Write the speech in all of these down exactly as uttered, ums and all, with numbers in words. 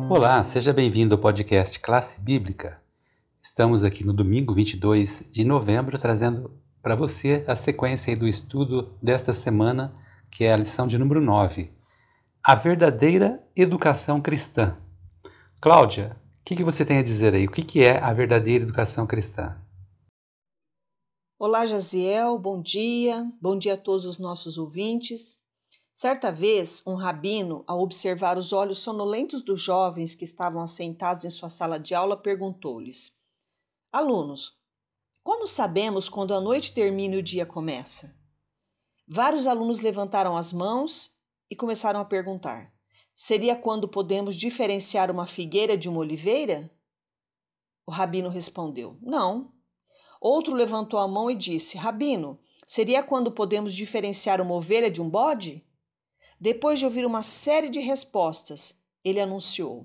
Olá, seja bem-vindo ao podcast Classe Bíblica. Estamos aqui no domingo vinte e dois de novembro trazendo para você a sequência aí do estudo desta semana, que é a lição de número nove, a verdadeira educação cristã. Cláudia, o que, que você tem a dizer aí? O que, que é a verdadeira educação cristã? Olá, Jaziel, bom dia, bom dia a todos os nossos ouvintes. Certa vez, um rabino, ao observar os olhos sonolentos dos jovens que estavam assentados em sua sala de aula, perguntou-lhes: Alunos, como sabemos quando a noite termina e o dia começa? Vários alunos levantaram as mãos e começaram a perguntar: seria quando podemos diferenciar uma figueira de uma oliveira? O rabino respondeu: não. Outro levantou a mão e disse: Rabino, seria quando podemos diferenciar uma ovelha de um bode? Depois de ouvir uma série de respostas, ele anunciou: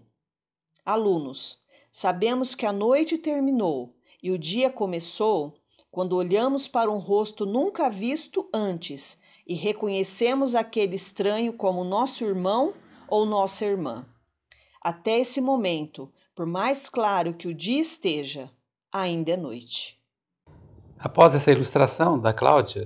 Alunos, sabemos que a noite terminou e o dia começou quando olhamos para um rosto nunca visto antes e reconhecemos aquele estranho como nosso irmão ou nossa irmã. Até esse momento, por mais claro que o dia esteja, ainda é noite. Após essa ilustração da Cláudia,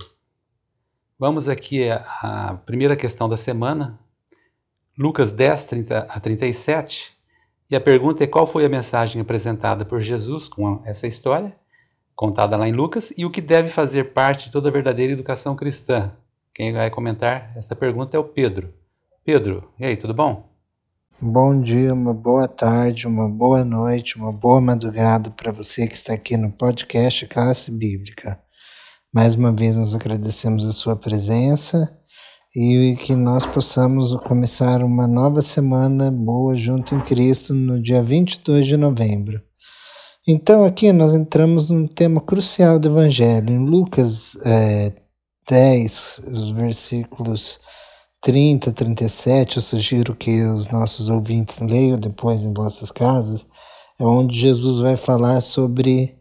vamos aqui à primeira questão da semana, Lucas dez, trinta a trinta e sete, e a pergunta é: qual foi a mensagem apresentada por Jesus com essa história, contada lá em Lucas, e o que deve fazer parte de toda a verdadeira educação cristã? Quem vai comentar essa pergunta é o Pedro. Pedro, e aí, tudo bom? Bom dia, uma boa tarde, uma boa noite, uma boa madrugada para você que está aqui no podcast Classe Bíblica. Mais uma vez nós agradecemos a sua presença e que nós possamos começar uma nova semana boa junto em Cristo no dia vinte e dois de novembro. Então aqui nós entramos num tema crucial do Evangelho. Em Lucas é, dez, os versículos trinta, trinta e sete, eu sugiro que os nossos ouvintes leiam depois em vossas casas, é onde Jesus vai falar sobre,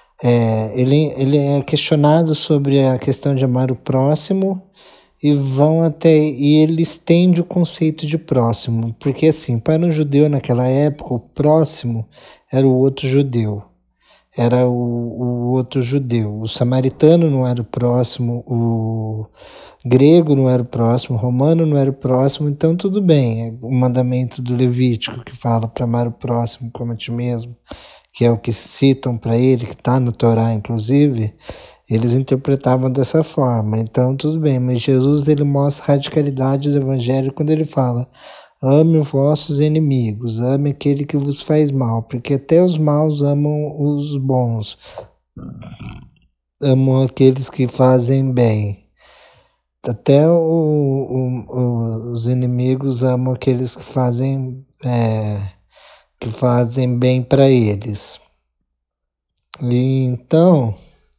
é, ele, ele é questionado sobre a questão de amar o próximo e vão até, e ele estende o conceito de próximo, porque assim, para um judeu naquela época, o próximo era o outro judeu. Era o, o outro judeu. O samaritano não era o próximo, o grego não era o próximo, o romano não era o próximo, então tudo bem. O mandamento do Levítico que fala para amar o próximo como a ti mesmo, que é o que citam para ele, que está no Torá inclusive, eles interpretavam dessa forma. Então tudo bem, mas Jesus ele mostra a radicalidade do evangelho quando ele fala: ame os vossos inimigos, ame aquele que vos faz mal, porque até os maus amam os bons, amam aqueles que fazem bem. Até o, o, os inimigos amam aqueles que fazem, é, que fazem bem para eles. E então,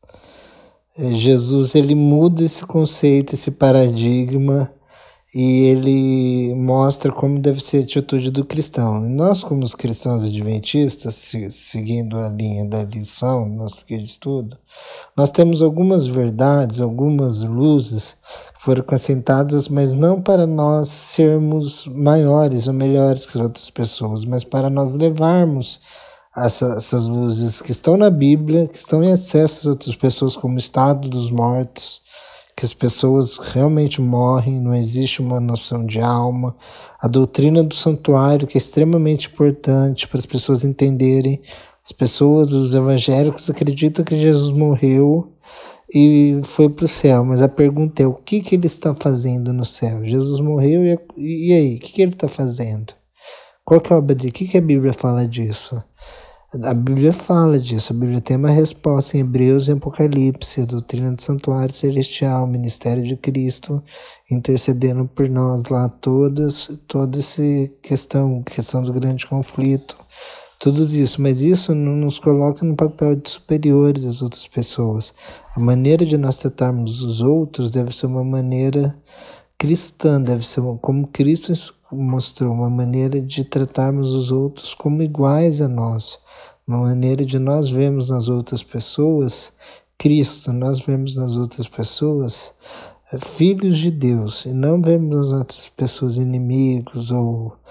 Jesus ele muda esse conceito, esse paradigma, e ele mostra como deve ser a atitude do cristão. E nós, como os cristãos adventistas, se, seguindo a linha da lição, nosso guia de estudo, nós temos algumas verdades, algumas luzes que foram acrescentadas, mas não para nós sermos maiores ou melhores que as outras pessoas, mas para nós levarmos essa, essas luzes que estão na Bíblia, que estão em acesso às outras pessoas, como o estado dos mortos, que as pessoas realmente morrem, não existe uma noção de alma, a doutrina do santuário, que é extremamente importante para as pessoas entenderem. As pessoas, os evangélicos, acreditam que Jesus morreu e foi para o céu, mas a pergunta é: o que, que ele está fazendo no céu? Jesus morreu e, e aí, o que, que ele está fazendo? Qual que é a obra dele? O que, que a Bíblia fala disso? A Bíblia fala disso, a Bíblia tem uma resposta em Hebreus e Apocalipse, a doutrina do santuário celestial, o ministério de Cristo, intercedendo por nós lá, todas, toda essa questão, questão do grande conflito, tudo isso, mas isso não nos coloca no papel de superiores às outras pessoas. A maneira de nós tratarmos os outros deve ser uma maneira cristã, deve ser uma, como Cristo mostrou, uma maneira de tratarmos os outros como iguais a nós. Uma maneira de nós vermos nas outras pessoas Cristo, nós vemos nas outras pessoas filhos de Deus, e não vemos nas outras pessoas inimigos ou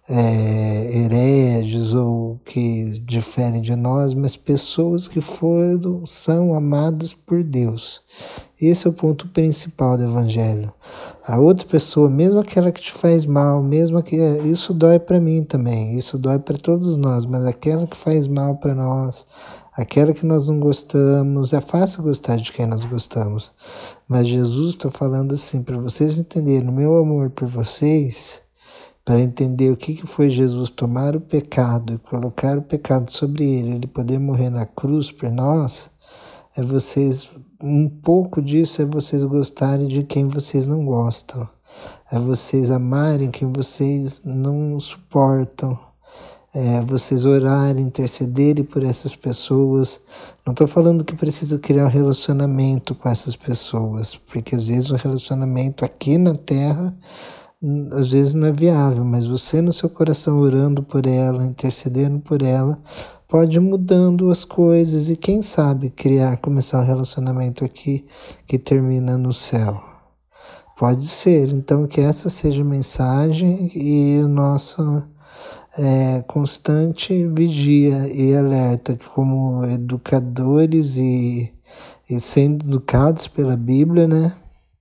é, hereges ou que diferem de nós, mas pessoas que foram, são amadas por Deus. Esse é o ponto principal do Evangelho. A outra pessoa, mesmo aquela que te faz mal, mesmo que isso dói para mim também, isso dói para todos nós, mas aquela que faz mal para nós, aquela que nós não gostamos, é fácil gostar de quem nós gostamos, mas Jesus está falando assim, para vocês entenderem o meu amor por vocês, para entender o que, que foi Jesus tomar o pecado e colocar o pecado sobre ele, ele poder morrer na cruz por nós, é vocês, um pouco disso é vocês gostarem de quem vocês não gostam, é vocês amarem quem vocês não suportam, é vocês orarem, intercederem por essas pessoas. Não estou falando que precisa criar um relacionamento com essas pessoas, porque às vezes o relacionamento aqui na Terra às vezes não é viável, mas você no seu coração orando por ela, intercedendo por ela, pode ir mudando as coisas e quem sabe criar, começar um relacionamento aqui que termina no céu. Pode ser, então que essa seja a mensagem e o nosso é, constante vigia e alerta, que como educadores e, e sendo educados pela Bíblia, né?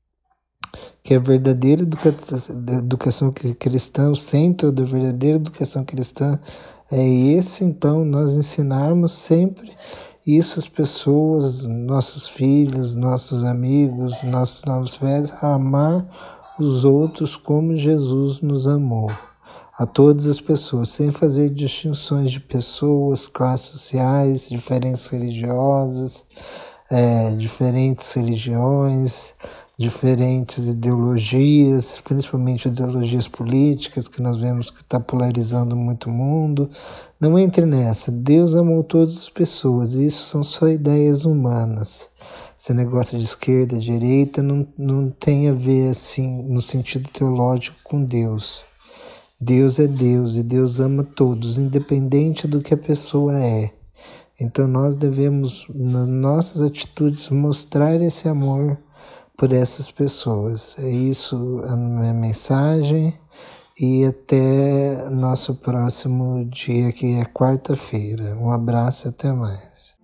Que a verdadeira educa educação cristã, o centro da verdadeira educação cristã é esse, então nós ensinarmos sempre isso às pessoas, nossos filhos, nossos amigos, nossos novos filhos, a amar os outros como Jesus nos amou, a todas as pessoas, sem fazer distinções de pessoas, classes sociais, diferenças religiosas, é, diferentes religiões, diferentes ideologias, principalmente ideologias políticas, que nós vemos que está polarizando muito o mundo. Não entre nessa. Deus amou todas as pessoas, e isso são só ideias humanas. Esse negócio de esquerda, direita, não, não tem a ver, assim, no sentido teológico com Deus. Deus é Deus, e Deus ama todos, independente do que a pessoa é. Então nós devemos, nas nossas atitudes, mostrar esse amor por essas pessoas. É isso a minha mensagem e até nosso próximo dia, que é quarta-feira. Um abraço e até mais.